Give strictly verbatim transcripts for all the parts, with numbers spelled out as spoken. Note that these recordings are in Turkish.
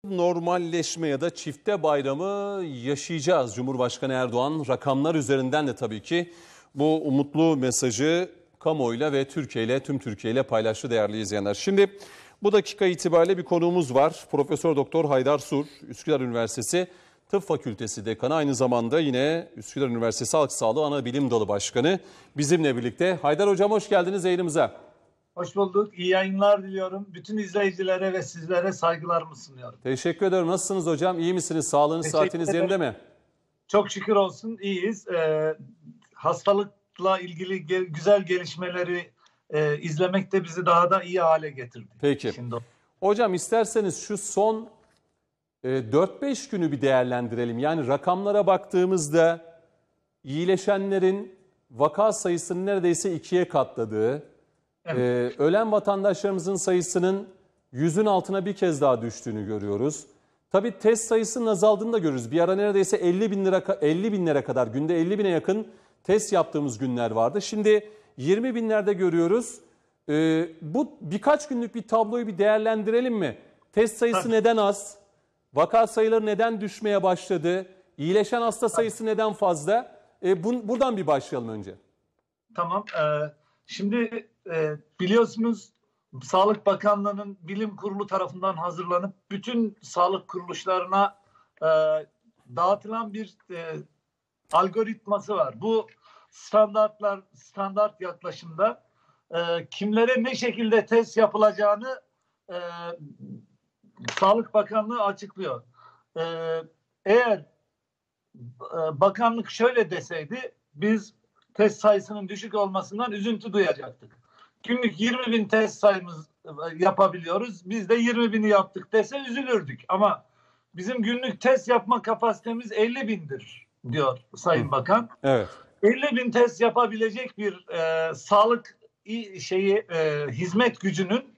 Normalleşme ya da çifte bayramı yaşayacağız. Cumhurbaşkanı Erdoğan rakamlar üzerinden de tabii ki bu umutlu mesajı kamuoyuyla ve Türkiye ile tüm Türkiye ile paylaştı değerli izleyenler. Şimdi bu dakika itibariyle bir konuğumuz var. Profesör Doktor Haydar Sur, Üsküdar Üniversitesi Tıp Fakültesi Dekanı, aynı zamanda yine Üsküdar Üniversitesi Halk Sağlığı Anabilim Dalı Başkanı bizimle birlikte. Haydar Hocam hoş geldiniz yayınımıza. Hoş bulduk. İyi yayınlar diliyorum. Bütün izleyicilere ve sizlere saygılarımı sunuyorum. Teşekkür ederim. Nasılsınız hocam? İyi misiniz? Sağlığınız, Teşekkür saatiniz ederim. yerinde mi? Çok şükür olsun. İyiyiz. Ee, hastalıkla ilgili ge güzel gelişmeleri e, izlemek de bizi daha da iyi hale getirdi. Peki. Şimdi... Hocam isterseniz şu son e, dört beş günü bir değerlendirelim. Yani rakamlara baktığımızda iyileşenlerin vaka sayısının neredeyse ikiye katladığı, Evet. Ee, ölen vatandaşlarımızın sayısının yüzün altına bir kez daha düştüğünü görüyoruz. Tabii test sayısının azaldığını da görüyoruz. Bir ara neredeyse elli bin lira, elli binlere kadar, günde elli bine yakın test yaptığımız günler vardı. Şimdi yirmi binlerde görüyoruz. Ee, bu birkaç günlük bir tabloyu bir değerlendirelim mi? Test sayısı Tabii. neden az? Vaka sayıları neden düşmeye başladı? İyileşen hasta sayısı Tabii. neden fazla? Ee, bu, buradan bir başlayalım önce. Tamam. Ee, şimdi e, biliyorsunuz Sağlık Bakanlığı'nın bilim kurulu tarafından hazırlanıp bütün sağlık kuruluşlarına e, dağıtılan bir e, algoritması var. Bu standartlar, standart yaklaşımda e, kimlere ne şekilde test yapılacağını e, Sağlık Bakanlığı açıklıyor. E, eğer e, bakanlık şöyle deseydi, biz test sayısının düşük olmasından üzüntü duyacaktık. Günlük yirmi bin test sayımız yapabiliyoruz. Biz de yirmi bini yaptık dese üzülürdük. Ama bizim günlük test yapma kapasitemiz elli bindir diyor Sayın Bakan. Evet. elli bin test yapabilecek bir e, sağlık şeyi e, hizmet gücünün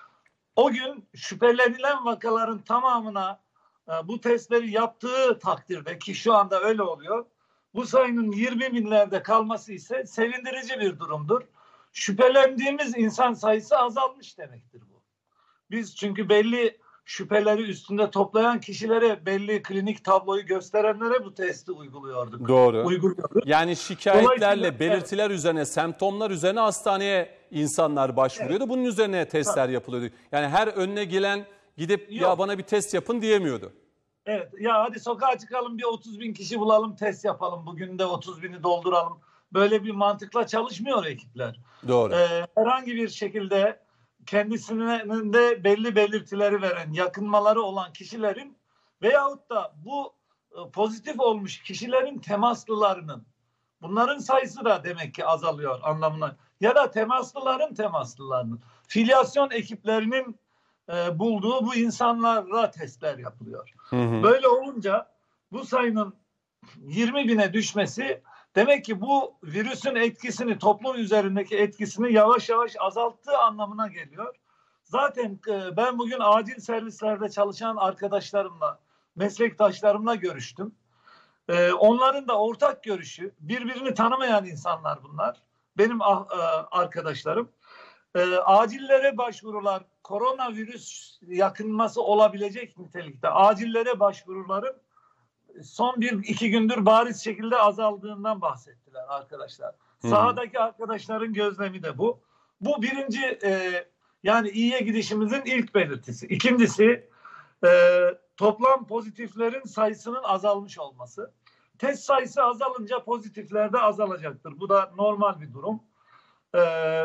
o gün şüphelenilen vakaların tamamına e, bu testleri yaptığı takdirde, ki şu anda öyle oluyor, bu sayının yirmi binlerde kalması ise sevindirici bir durumdur. Şüphelendiğimiz insan sayısı azalmış demektir bu. Biz çünkü belli şüpheleri üstünde toplayan kişilere, belli klinik tabloyu gösterenlere bu testi uyguluyorduk. Doğru. Uyguluyorduk. Yani şikayetlerle, belirtiler evet. üzerine, semptomlar üzerine hastaneye insanlar başvuruyordu. Evet. Bunun üzerine testler evet. yapılıyordu. Yani her önüne gelen gidip Yok. ya bana bir test yapın diyemiyordu. Evet, ya hadi sokağa çıkalım, bir otuz bin kişi bulalım, test yapalım, bugün de otuz bini dolduralım. Böyle bir mantıkla çalışmıyor ekipler. Doğru. Ee, herhangi bir şekilde kendisinin de belli belirtileri veren, yakınmaları olan kişilerin veyahut da bu e, pozitif olmuş kişilerin temaslılarının, bunların sayısı da demek ki azalıyor anlamına. Ya da temaslıların temaslılarının, filyasyon ekiplerinin e, bulduğu bu insanlarla testler yapılıyor. Hı hı. Böyle olunca bu sayının yirmi bine düşmesi demek ki bu virüsün etkisini, toplum üzerindeki etkisini yavaş yavaş azalttığı anlamına geliyor. Zaten e, ben bugün acil servislerde çalışan arkadaşlarımla, meslektaşlarımla görüştüm. E, onların da ortak görüşü, birbirini tanımayan insanlar bunlar, benim ah, e, arkadaşlarım. E, acillere başvurular, koronavirüs yakınması olabilecek nitelikte acillere başvuruların son bir iki gündür bariz şekilde azaldığından bahsettiler arkadaşlar. Hmm. Sahadaki arkadaşların gözlemi de bu. Bu birinci e, yani iyiye gidişimizin ilk belirtisi. İkincisi e, toplam pozitiflerin sayısının azalmış olması. Test sayısı azalınca pozitifler de azalacaktır. Bu da normal bir durum. E,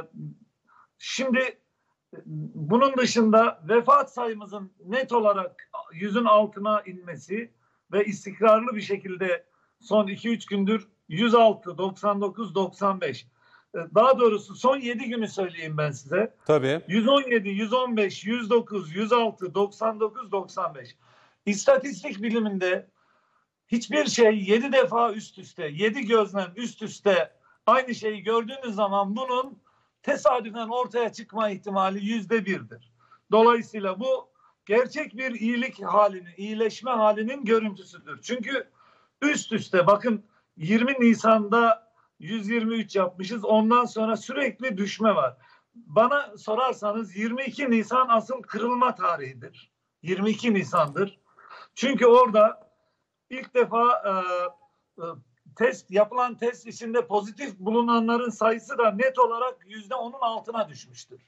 şimdi bunun dışında vefat sayımızın net olarak yüzün altına inmesi ve istikrarlı bir şekilde son iki üç gündür yüz altı, doksan dokuz, doksan beş. Daha doğrusu son yedi günü söyleyeyim ben size. Tabii. yüz on yedi, yüz on beş, yüz dokuz, yüz altı, doksan dokuz, doksan beş. İstatistik biliminde hiçbir şey yedi defa üst üste, yedi gözlem üst üste aynı şeyi gördüğünüz zaman bunun tesadüfen ortaya çıkma ihtimali yüzde birdir. Dolayısıyla bu gerçek bir iyilik halinin, iyileşme halinin görüntüsüdür. Çünkü üst üste bakın, yirmi Nisan'da yüz yirmi üç yapmışız. Ondan sonra sürekli düşme var. Bana sorarsanız yirmi iki Nisan asıl kırılma tarihidir. yirmi iki Nisan'dır. Çünkü orada ilk defa e, e, test yapılan test içinde pozitif bulunanların sayısı da net olarak yüzde onun altına düşmüştür.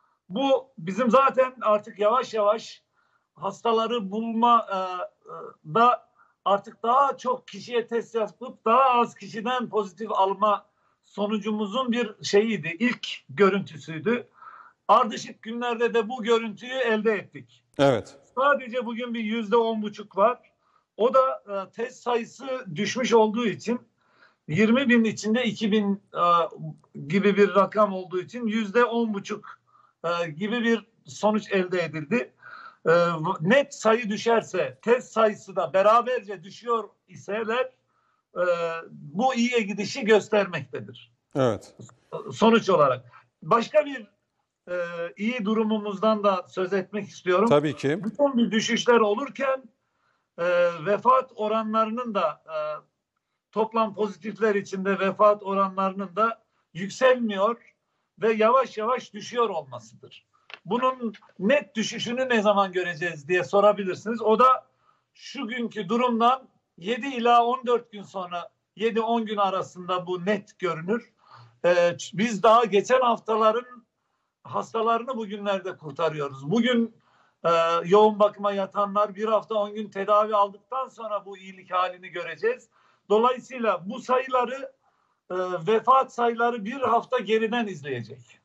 Bu bizim zaten artık yavaş yavaş hastaları bulma e, e, da artık daha çok kişiye test yapıp daha az kişiden pozitif alma sonucumuzun bir şeyiydi. İlk görüntüsüydü. Ardışık günlerde de bu görüntüyü elde ettik. Evet. Sadece bugün bir yüzde on buçuk var. O da e, test sayısı düşmüş olduğu için yirmi bin içinde iki bin e, gibi bir rakam olduğu için yüzde on buçuk e, gibi bir sonuç elde edildi. E, net sayı düşerse, test sayısı da beraberce düşüyor iseler e, bu iyiye gidişi göstermektedir. Evet. Sonuç olarak. Başka bir e, iyi durumumuzdan da söz etmek istiyorum. Tabii ki. Bütün bir düşüşler olurken e, vefat oranlarının da e, toplam pozitifler içinde vefat oranlarının da yükselmiyor ve yavaş yavaş düşüyor olmasıdır. Bunun net düşüşünü ne zaman göreceğiz diye sorabilirsiniz. O da şu günkü durumdan yedi ila on dört gün sonra, yedi on gün arasında bu net görünür. Ee, biz daha geçen haftaların hastalarını bugünlerde kurtarıyoruz. Bugün e, yoğun bakıma yatanlar bir hafta on gün tedavi aldıktan sonra bu iyilik halini göreceğiz. Dolayısıyla bu sayıları e, vefat sayıları bir hafta geriden izleyecek.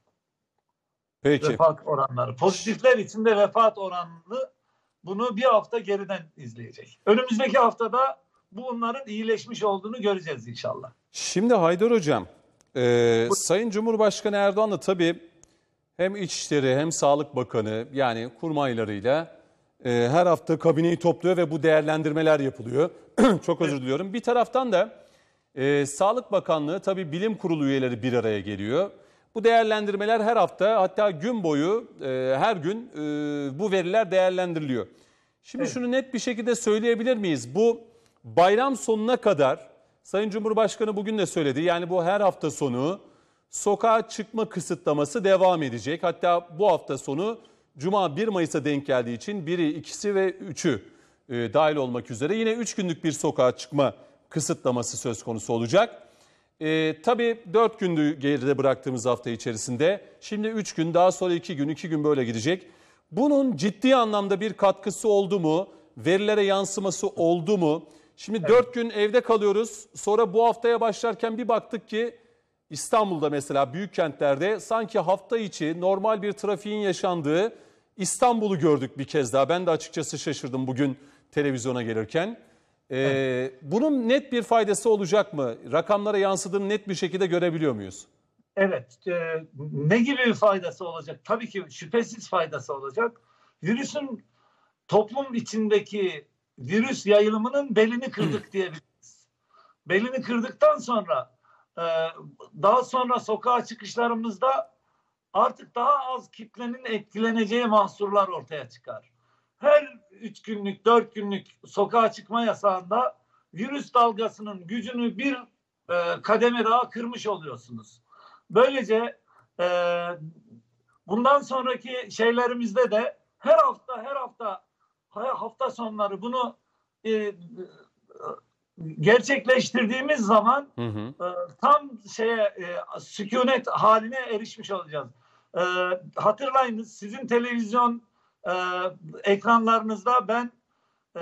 Peki. Vefat oranları. Pozitifler içinde vefat oranını bunu bir hafta geriden izleyecek. Önümüzdeki haftada bunların iyileşmiş olduğunu göreceğiz inşallah. Şimdi Haydar Hocam, e, Sayın Cumhurbaşkanı Erdoğan da tabii hem İçişleri hem Sağlık Bakanı yani kurmaylarıyla e, her hafta kabineyi topluyor ve bu değerlendirmeler yapılıyor. Çok özür diliyorum. Bir taraftan da e, Sağlık Bakanlığı tabii bilim kurulu üyeleri bir araya geliyor. Bu değerlendirmeler her hafta hatta gün boyu e, her gün e, bu veriler değerlendiriliyor. Şimdi Evet. şunu net bir şekilde söyleyebilir miyiz? Bu bayram sonuna kadar Sayın Cumhurbaşkanı bugün de söyledi. Yani bu her hafta sonu sokağa çıkma kısıtlaması devam edecek. Hatta bu hafta sonu Cuma bir Mayıs'a denk geldiği için biri, ikisi ve üçü e, dahil olmak üzere yine üç günlük bir sokağa çıkma kısıtlaması söz konusu olacak. E, tabii dört gündü geride bıraktığımız hafta içerisinde. Şimdi üç gün, daha sonra iki gün, iki gün böyle gidecek. Bunun ciddi anlamda bir katkısı oldu mu? Verilere yansıması oldu mu? Şimdi evet. dört gün evde kalıyoruz. Sonra bu haftaya başlarken bir baktık ki İstanbul'da mesela büyük kentlerde sanki hafta içi normal bir trafiğin yaşandığı İstanbul'u gördük bir kez daha. Ben de açıkçası şaşırdım bugün televizyona gelirken. Ee, evet. Bunun net bir faydası olacak mı? Rakamlara yansıdığını net bir şekilde görebiliyor muyuz? Evet. E, ne gibi bir faydası olacak? Tabii ki şüphesiz faydası olacak. Virüsün toplum içindeki virüs yayılımının belini kırdık diyebiliriz. Belini kırdıktan sonra e, daha sonra sokağa çıkışlarımızda artık daha az kitlenin etkileneceği mahsurlar ortaya çıkar. Her üç günlük, dört günlük sokağa çıkma yasağında virüs dalgasının gücünü bir e, kademe daha kırmış oluyorsunuz. Böylece e, bundan sonraki şeylerimizde de her hafta her hafta hafta sonları bunu e, gerçekleştirdiğimiz zaman hı hı. E, tam şeye e, sükunet haline erişmiş olacağız. E, hatırlayınız sizin televizyon e, ekranlarınızda ben e,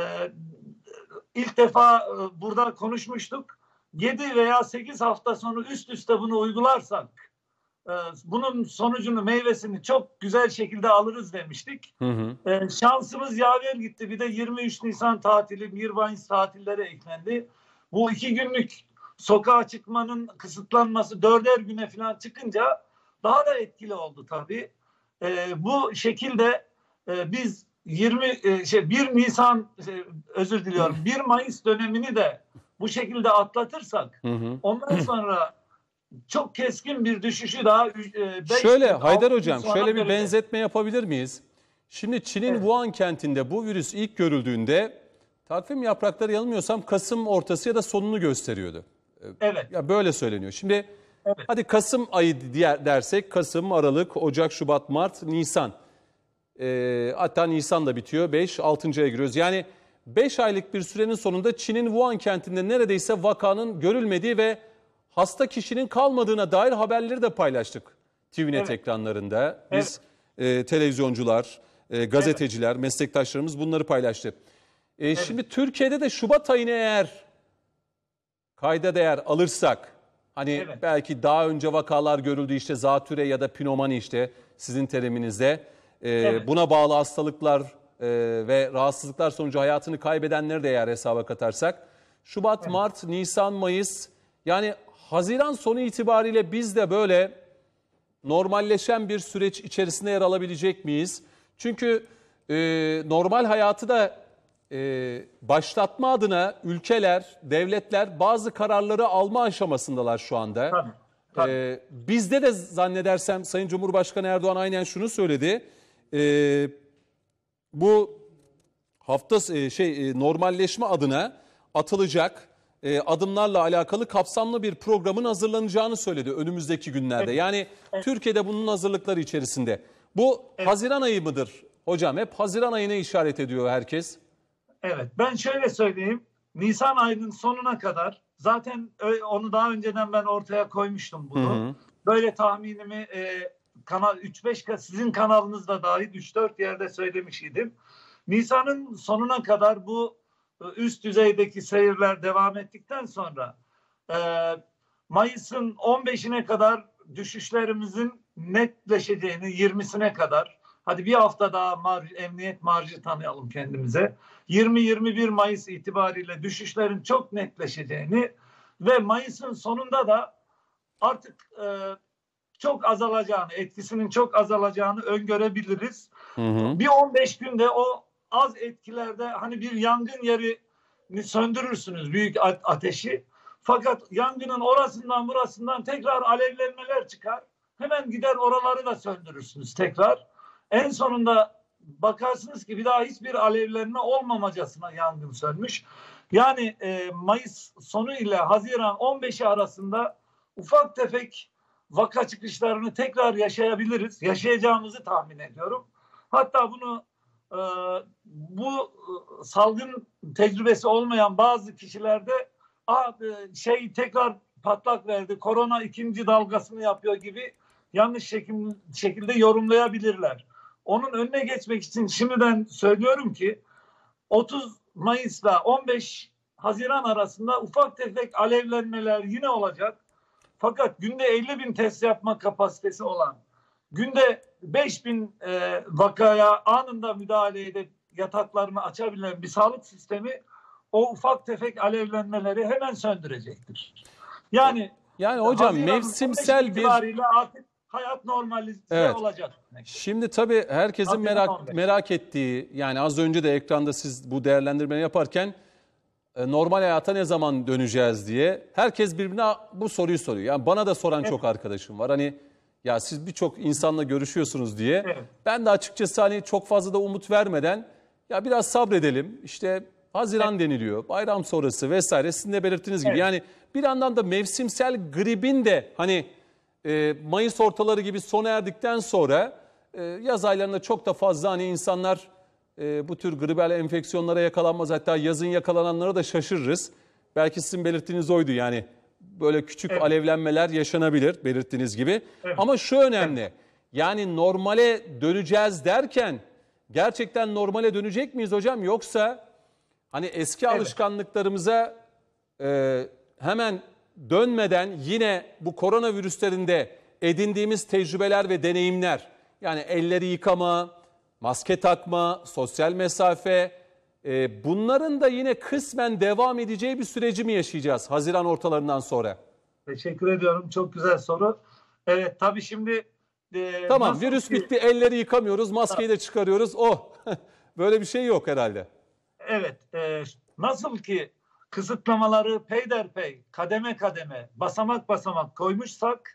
ilk defa e, burada konuşmuştuk. yedi veya sekiz hafta sonu üst üste bunu uygularsak e, bunun sonucunu, meyvesini çok güzel şekilde alırız demiştik. Hı hı. E, şansımız yaver gitti. Bir de yirmi üç Nisan tatili, bir Mayıs tatilleri eklendi. Bu iki günlük sokağa çıkmanın kısıtlanması dörder güne falan çıkınca daha da etkili oldu tabii. E, bu şekilde e, biz yirmi e, şey bir Nisan e, özür diliyorum bir Mayıs dönemini de bu şekilde atlatırsak hı hı. ondan sonra çok keskin bir düşüşü daha e, şöyle gün, Haydar Hocam şöyle bir benzetme yapabilir miyiz? Şimdi Çin'in evet. Wuhan kentinde bu virüs ilk görüldüğünde takvim yaprakları yanılmıyorsam Kasım ortası ya da sonunu gösteriyordu. Evet. Ya böyle söyleniyor. Şimdi evet. hadi Kasım ayı diğer dersek Kasım, Aralık, Ocak, Şubat, Mart, Nisan. E, hatta Nisan da bitiyor. beş, altıncı aya giriyoruz. Yani beş aylık bir sürenin sonunda Çin'in Wuhan kentinde neredeyse vakanın görülmediği ve hasta kişinin kalmadığına dair haberleri de paylaştık T V Net Evet. ekranlarında. Biz e, televizyoncular, e, gazeteciler, meslektaşlarımız bunları paylaştı. E, Şimdi Türkiye'de de Şubat ayını eğer kayda değer alırsak, hani Evet. belki daha önce vakalar görüldü, işte zatüre ya da pnömoni, işte sizin teriminizde e, Evet. buna bağlı hastalıklar e, ve rahatsızlıklar sonucu hayatını kaybedenleri de eğer hesaba katarsak, Şubat, Evet. Mart, Nisan, Mayıs, yani Haziran sonu itibariyle biz de böyle normalleşen bir süreç içerisinde yer alabilecek miyiz? Çünkü e, normal hayatı da e, başlatma adına ülkeler, devletler bazı kararları alma aşamasındalar şu anda. Tabii, tabii. E, bizde de zannedersem Sayın Cumhurbaşkanı Erdoğan aynen şunu söyledi. E, bu hafta e, şey e, normalleşme adına atılacak e, adımlarla alakalı kapsamlı bir programın hazırlanacağını söyledi önümüzdeki günlerde. Evet. Yani Evet. Türkiye'de bunun hazırlıkları içerisinde. Bu Evet. Haziran ayı mıdır hocam? Hep Haziran ayına işaret ediyor herkes. Evet, ben şöyle söyleyeyim. Nisan ayının sonuna kadar zaten ö- onu daha önceden ben ortaya koymuştum bunu. Hı hı. Böyle tahminimi e, kanal üç beş ka- sizin kanalınızda dahil üç dört yerde söylemiş idim. Nisan'ın sonuna kadar bu e, üst düzeydeki seyirler devam ettikten sonra e, Mayıs'ın on beşine kadar düşüşlerimizin netleşeceğini, yirmisine kadar, hadi bir hafta daha mar- emniyet marjı tanıyalım kendimize. yirmi yirmi bir Mayıs itibariyle düşüşlerin çok netleşeceğini ve Mayıs'ın sonunda da artık e, çok azalacağını, etkisinin çok azalacağını öngörebiliriz. Hı hı. Bir on beş günde o az etkilerde, hani bir yangın yerini söndürürsünüz, büyük ateşi. Fakat yangının orasından burasından tekrar alevlenmeler çıkar. Hemen gider oraları da söndürürsünüz tekrar. En sonunda bakarsınız ki bir daha hiçbir alevlenme olmamacasına yangın sönmüş. Yani e, Mayıs sonu ile Haziran on beşi arasında ufak tefek vaka çıkışlarını tekrar yaşayabiliriz. Yaşayacağımızı tahmin ediyorum. Hatta bunu e, bu e, salgın tecrübesi olmayan bazı kişilerde e, şey tekrar patlak verdi, korona ikinci dalgasını yapıyor gibi yanlış şekil, şekilde yorumlayabilirler. Onun önüne geçmek için şimdiden söylüyorum ki otuz Mayıs'la on beş Haziran arasında ufak tefek alevlenmeler yine olacak. Fakat günde elli bin test yapma kapasitesi olan, günde beş bin e, vakaya anında müdahale edip yataklarını açabilen bir sağlık sistemi o ufak tefek alevlenmeleri hemen söndürecektir. Yani Yani hocam Haziran'ın mevsimsel bir... itibariyle artık hayat normalize Evet. olacak. Şimdi tabii herkesin Haziran merak on beş. merak ettiği, yani az önce de ekranda siz bu değerlendirmeyi yaparken e, normal hayata ne zaman döneceğiz diye herkes birbirine bu soruyu soruyor. Yani bana da soran Evet. çok arkadaşım var. Hani ya siz birçok insanla görüşüyorsunuz diye. Evet. Ben de açıkçası hani çok fazla da umut vermeden ya biraz sabredelim. İşte Haziran deniliyor, bayram sonrası vesaire, sizin de belirttiğiniz gibi. Evet. Yani bir yandan da mevsimsel gribin de hani e, Mayıs ortaları gibi sona erdikten sonra e, yaz aylarında çok da fazla hani insanlar e, bu tür gribal enfeksiyonlara yakalanmaz. Hatta yazın yakalananlara da şaşırırız. Belki sizin belirttiğiniz oydu, yani böyle küçük Evet. alevlenmeler yaşanabilir belirttiğiniz gibi. Evet. Ama şu önemli, yani normale döneceğiz derken gerçekten normale dönecek miyiz hocam, yoksa hani eski Evet. alışkanlıklarımıza e, hemen dönmeden yine bu koronavirüslerinde edindiğimiz tecrübeler ve deneyimler, yani elleri yıkama, maske takma, sosyal mesafe, e, bunların da yine kısmen devam edeceği bir süreci mi yaşayacağız Haziran ortalarından sonra? Teşekkür ediyorum. Çok güzel soru. Evet, tabii şimdi e, Tamam, nasıl virüs ki- bitti, elleri yıkamıyoruz, maskeyi de çıkarıyoruz. Oh, böyle bir şey yok herhalde. Evet, e, nasıl ki kısıtlamaları peyderpey, kademe kademe, basamak basamak koymuşsak,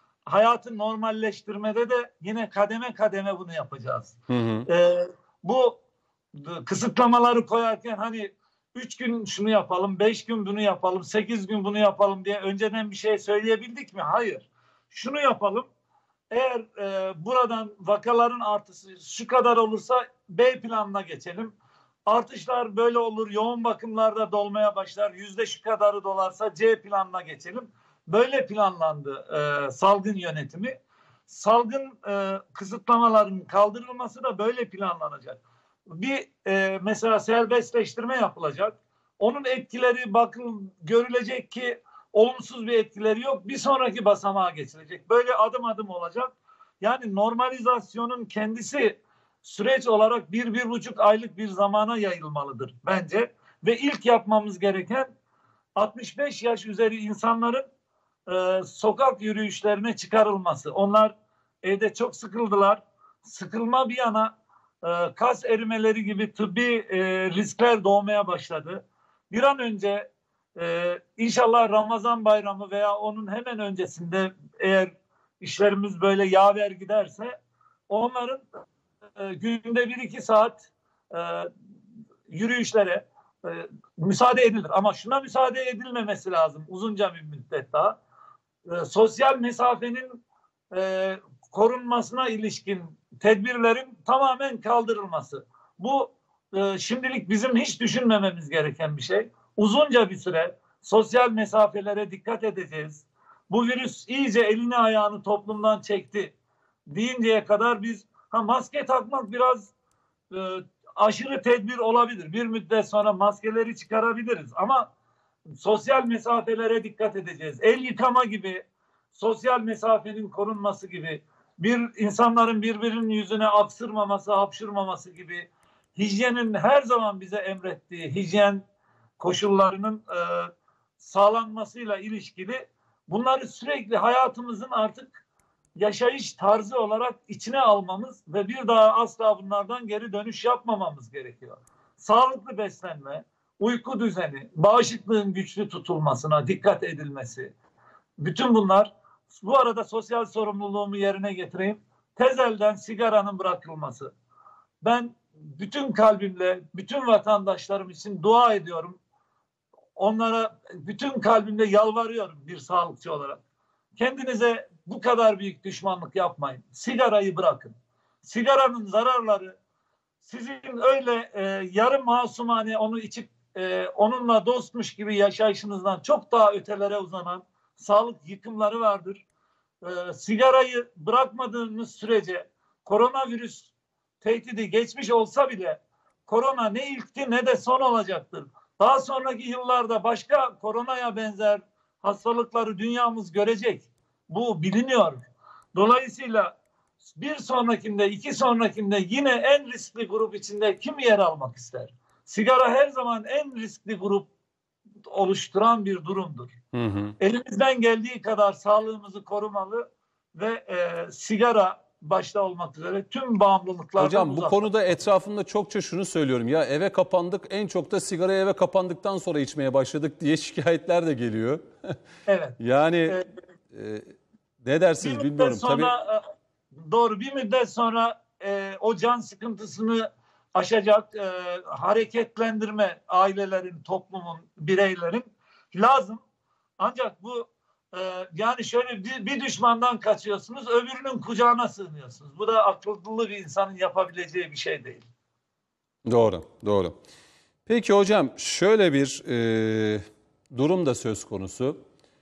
hayatı normalleştirmede de yine kademe kademe bunu yapacağız. Hı hı. E, bu e, kısıtlamaları koyarken hani üç gün şunu yapalım, beş gün bunu yapalım, sekiz gün bunu yapalım diye önceden bir şey söyleyebildik mi? Hayır. Şunu yapalım. eğer e, buradan vakaların artışı şu kadar olursa B planına geçelim. Artışlar böyle olur, yoğun bakımlarda dolmaya başlar, yüzde şu kadarı dolarsa C planına geçelim. Böyle planlandı e, salgın yönetimi. Salgın e, kısıtlamaların kaldırılması da böyle planlanacak. Bir e, mesela serbestleştirme yapılacak. Onun etkileri bakın görülecek ki olumsuz bir etkileri yok. Bir sonraki basamağa geçilecek. Böyle adım adım olacak. Yani normalizasyonun kendisi süreç olarak bir, bir buçuk aylık bir zamana yayılmalıdır bence. Ve ilk yapmamız gereken altmış beş yaş üzeri insanların e, sokak yürüyüşlerine çıkarılması. Onlar evde çok sıkıldılar. Sıkılma bir yana e, kas erimeleri gibi tıbbi e, riskler doğmaya başladı. Bir an önce e, inşallah Ramazan bayramı veya onun hemen öncesinde eğer işlerimiz böyle yaver giderse onların e, günde bir iki saat e, yürüyüşlere e, müsaade edilir. Ama şuna müsaade edilmemesi lazım uzunca bir müddet daha. E, sosyal mesafenin e, korunmasına ilişkin tedbirlerin tamamen kaldırılması. Bu e, şimdilik bizim hiç düşünmememiz gereken bir şey. Uzunca bir süre sosyal mesafelere dikkat edeceğiz. Bu virüs iyice elini ayağını toplumdan çekti deyinceye kadar biz ha, maske takmak biraz e, aşırı tedbir olabilir. Bir müddet sonra maskeleri çıkarabiliriz ama sosyal mesafelere dikkat edeceğiz. El yıkama gibi, sosyal mesafenin korunması gibi, bir insanların birbirinin yüzüne aksırmaması, hapşırmaması gibi hijyenin her zaman bize emrettiği hijyen koşullarının e, sağlanmasıyla ilişkili bunları sürekli hayatımızın artık yaşayış tarzı olarak içine almamız ve bir daha asla bunlardan geri dönüş yapmamamız gerekiyor. Sağlıklı beslenme, uyku düzeni, bağışıklığın güçlü tutulmasına dikkat edilmesi. Bütün bunlar, bu arada sosyal sorumluluğumu yerine getireyim. Tezelden sigaranın bırakılması. Ben bütün kalbimle, bütün vatandaşlarım için dua ediyorum. Onlara bütün kalbimle yalvarıyorum bir sağlıkçı olarak. Kendinize bu kadar büyük düşmanlık yapmayın. Sigarayı bırakın. Sigaranın zararları sizin öyle e, yarım masumane onu içip e, onunla dostmuş gibi yaşayışınızdan çok daha ötelere uzanan sağlık yıkımları vardır. E, sigarayı bırakmadığınız sürece koronavirüs tehdidi geçmiş olsa bile korona ne ilkti ne de son olacaktır. Daha sonraki yıllarda başka koronaya benzer hastalıkları dünyamız görecek. Bu biliniyor. Dolayısıyla bir sonrakinde, iki sonrakinde yine en riskli grup içinde kim yer almak ister? Sigara her zaman en riskli grup oluşturan bir durumdur. Hı hı. Elimizden geldiği kadar sağlığımızı korumalı ve e, sigara başta olmak üzere tüm bağımlılıklardan Hocam uzak. bu konuda etrafımda çokça şunu söylüyorum. Ya eve kapandık, en çok da sigarayı eve kapandıktan sonra içmeye başladık diye şikayetler de geliyor. Evet. Yani e, e, ne dersiniz bilmiyorum. Sonra, Tabii... Doğru, bir müddet sonra e, o can sıkıntısını aşacak e, hareketlendirme ailelerin, toplumun, bireylerin lazım. Ancak bu e, yani şöyle bir, bir düşmandan kaçıyorsunuz, öbürünün kucağına sığınıyorsunuz. Bu da akıllı bir insanın yapabileceği bir şey değil. Doğru, doğru. Peki hocam şöyle bir e, durum da söz konusu.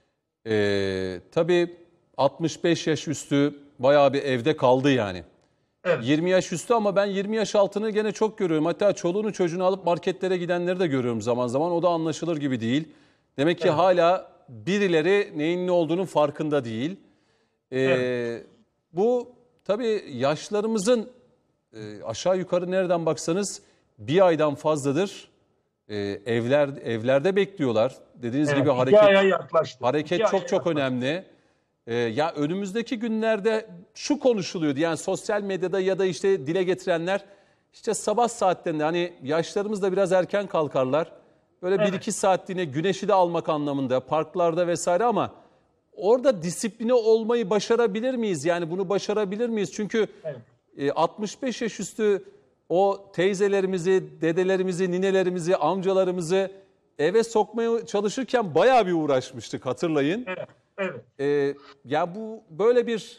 E, tabii altmış beş yaş üstü bayağı bir evde kaldı yani. Evet. yirmi yaş üstü ama ben yirmi yaş altını gene çok görüyorum. Hatta çoluğunu çocuğunu alıp marketlere gidenleri de görüyorum zaman zaman. O da anlaşılır gibi değil. Demek ki evet. hala birileri neyin ne olduğunun farkında değil. Ee, evet. Bu tabii yaşlarımızın e, aşağı yukarı nereden baksanız bir aydan fazladır. Ee, evler evlerde bekliyorlar. Dediğiniz evet, gibi hareket hareket iki çok çok yaklaştı. Önemli. Ee, ya önümüzdeki günlerde şu konuşuluyordu. Yani sosyal medyada ya da işte dile getirenler işte sabah saatlerinde hani yaşlarımız da biraz erken kalkarlar. Böyle evet. bir iki saatliğine güneşi de almak anlamında parklarda vesaire ama orada disipline olmayı başarabilir miyiz? Yani bunu başarabilir miyiz? Çünkü evet. e, altmış beş yaş üstü o teyzelerimizi, dedelerimizi, ninelerimizi, amcalarımızı eve sokmaya çalışırken bayağı bir uğraşmıştık hatırlayın. Evet. Evet. Ee, ya bu böyle bir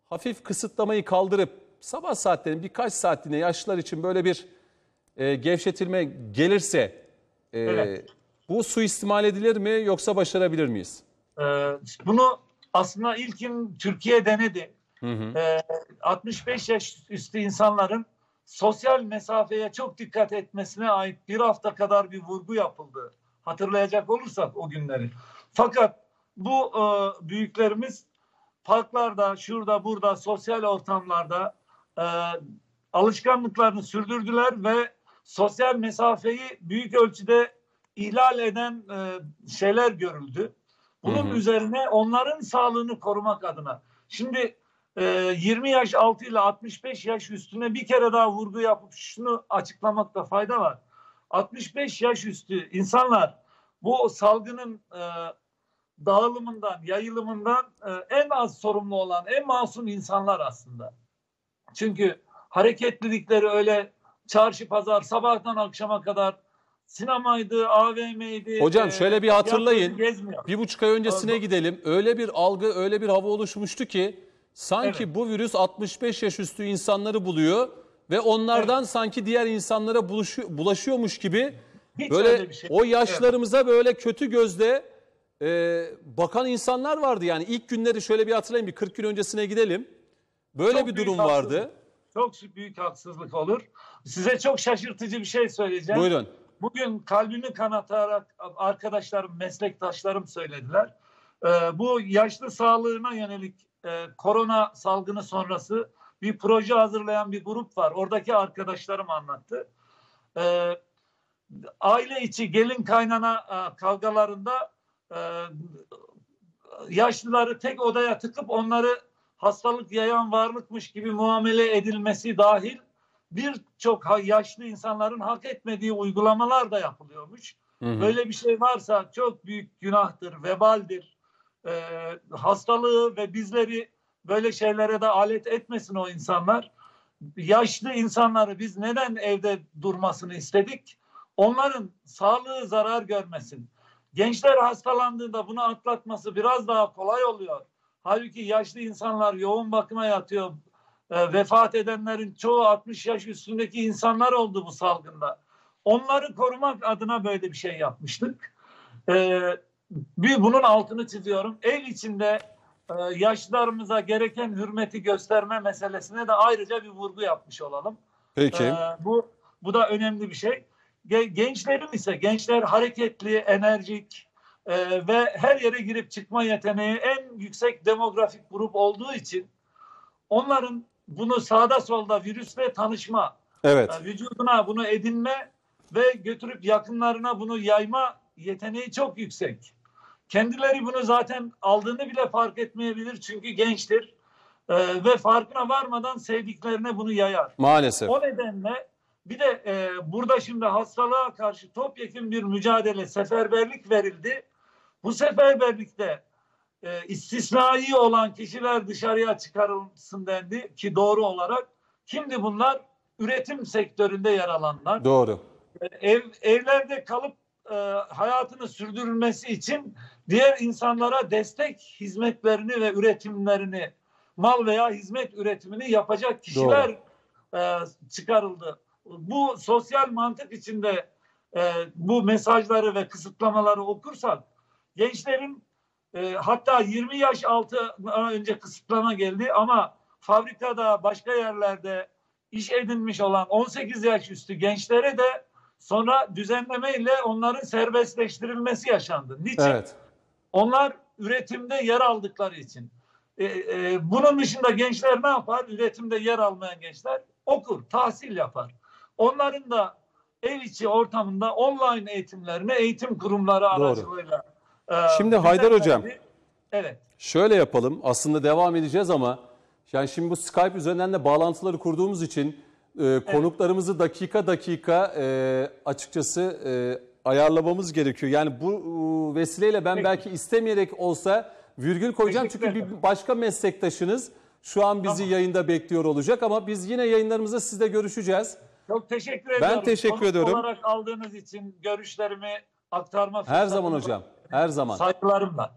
hafif kısıtlamayı kaldırıp sabah saatlerinin birkaç saatliğine yaşlılar için böyle bir e, gevşetilme gelirse e, Evet. bu suistimal edilir mi yoksa başarabilir miyiz? Ee, bunu aslında ilkin Türkiye denedi. Hı hı. Ee, altmış beş yaş üstü insanların sosyal mesafeye çok dikkat etmesine ait bir hafta kadar bir vurgu yapıldı. Hatırlayacak olursak o günleri. Fakat bu e, büyüklerimiz parklarda, şurada, burada, sosyal ortamlarda e, alışkanlıklarını sürdürdüler ve sosyal mesafeyi büyük ölçüde ihlal eden e, şeyler görüldü. Bunun Hı hı. üzerine onların sağlığını korumak adına. Şimdi e, yirmi yaş altı ile altmış beş yaş üstüne bir kere daha vurgu yapıp şunu açıklamakta fayda var. altmış beş yaş üstü insanlar bu salgının e, dağılımından, yayılımından e, en az sorumlu olan, en masum insanlar aslında. Çünkü hareketlilikleri öyle çarşı pazar sabahtan akşama kadar sinemaydı, A V M'ydi. Hocam şöyle bir hatırlayın. Gezmiyor. Bir buçuk ay öncesine Doğru. gidelim. Öyle bir algı, öyle bir hava oluşmuştu ki sanki Evet. bu virüs altmış beş yaş üstü insanları buluyor ve onlardan sanki diğer insanlara bulaşıyor, bulaşıyormuş gibi Hiç böyle öyle bir şey. o yaşlarımıza böyle kötü gözle e, bakan insanlar vardı. Yani ilk günleri şöyle bir hatırlayın, bir kırk gün öncesine gidelim. Böyle Çok bir büyük durum haksızlık. vardı. Çok büyük haksızlık olur. Size çok şaşırtıcı bir şey söyleyeceğim. Buyurun. Bugün kalbimi kanatarak arkadaşlarım, meslektaşlarım söylediler. Ee, bu yaşlı sağlığına yönelik e, korona salgını sonrası bir proje hazırlayan bir grup var. Oradaki arkadaşlarım anlattı. Ee, aile içi gelin kaynana e, kavgalarında e, yaşlıları tek odaya tıkıp onları hastalık yayan varlıkmış gibi muamele edilmesi dahil birçok yaşlı insanların hak etmediği uygulamalar da yapılıyormuş. Hı hı. Böyle bir şey varsa çok büyük günahtır, vebaldir. Ee, hastalığı ve bizleri böyle şeylere de alet etmesin o insanlar. Yaşlı insanları biz neden evde durmasını istedik? Onların sağlığı zarar görmesin. Gençler hastalandığında bunu atlatması biraz daha kolay oluyor. Halbuki yaşlı insanlar yoğun bakıma yatıyor. E, vefat edenlerin çoğu altmış yaş üstündeki insanlar oldu bu salgında. Onları korumak adına böyle bir şey yapmıştık. E, bir bunun altını çiziyorum. Ev içinde e, yaşlılarımıza gereken hürmeti gösterme meselesine de ayrıca bir vurgu yapmış olalım. Peki. E, bu bu da önemli bir şey. Gençlerin ise gençler hareketli, enerjik e, ve her yere girip çıkma yeteneği en yüksek demografik grup olduğu için onların bunu sağda solda virüsle tanışma, Evet. e, vücuduna bunu edinme ve götürüp yakınlarına bunu yayma yeteneği çok yüksek. Kendileri bunu zaten aldığını bile fark etmeyebilir çünkü gençtir e, ve farkına varmadan sevdiklerine bunu yayar. Maalesef. O nedenle bir de e, burada şimdi hastalığa karşı topyekun bir mücadele, seferberlik verildi. Bu seferberlikte e, istisnai olan kişiler dışarıya çıkarılsın dendi ki doğru olarak. Kimdi bunlar? Üretim sektöründe yer alanlar. Doğru. E, ev, evlerde kalıp e, hayatını sürdürülmesi için diğer insanlara destek hizmetlerini ve üretimlerini, mal veya hizmet üretimini yapacak kişiler e, çıkarıldı. Bu sosyal mantık içinde e, bu mesajları ve kısıtlamaları okursak gençlerin e, hatta yirmi yaş altı önce kısıtlama geldi ama fabrikada başka yerlerde iş edinmiş olan on sekiz yaş üstü gençlere de sonra düzenlemeyle onların serbestleştirilmesi yaşandı. Niçin? Evet. Onlar üretimde yer aldıkları için. E, e, bunun dışında gençler ne yapar? Üretimde yer almayan gençler okur, tahsil yapar. Onların da ev içi ortamında online eğitimlerini eğitim kurumları aracılığıyla. E, Şimdi Haydar Hocam. Evet. Şöyle yapalım. Aslında devam edeceğiz ama yani şimdi bu Skype üzerinden de bağlantıları kurduğumuz için e, konuklarımızı dakika dakika e, açıkçası e, ayarlamamız gerekiyor. Yani bu e, vesileyle ben Peki. belki istemeyerek olsa virgül koyacağım. Teşekkür Çünkü ederim. bir başka meslektaşınız şu an bizi Tamam. yayında bekliyor olacak ama biz yine yayınlarımızda sizle görüşeceğiz. Çok teşekkür Ben ediyorum. teşekkür Konuk ediyorum. olarak aldığınız için görüşlerimi aktarma Her fırsatım zaman var. hocam. Her zaman. Saygılarımla.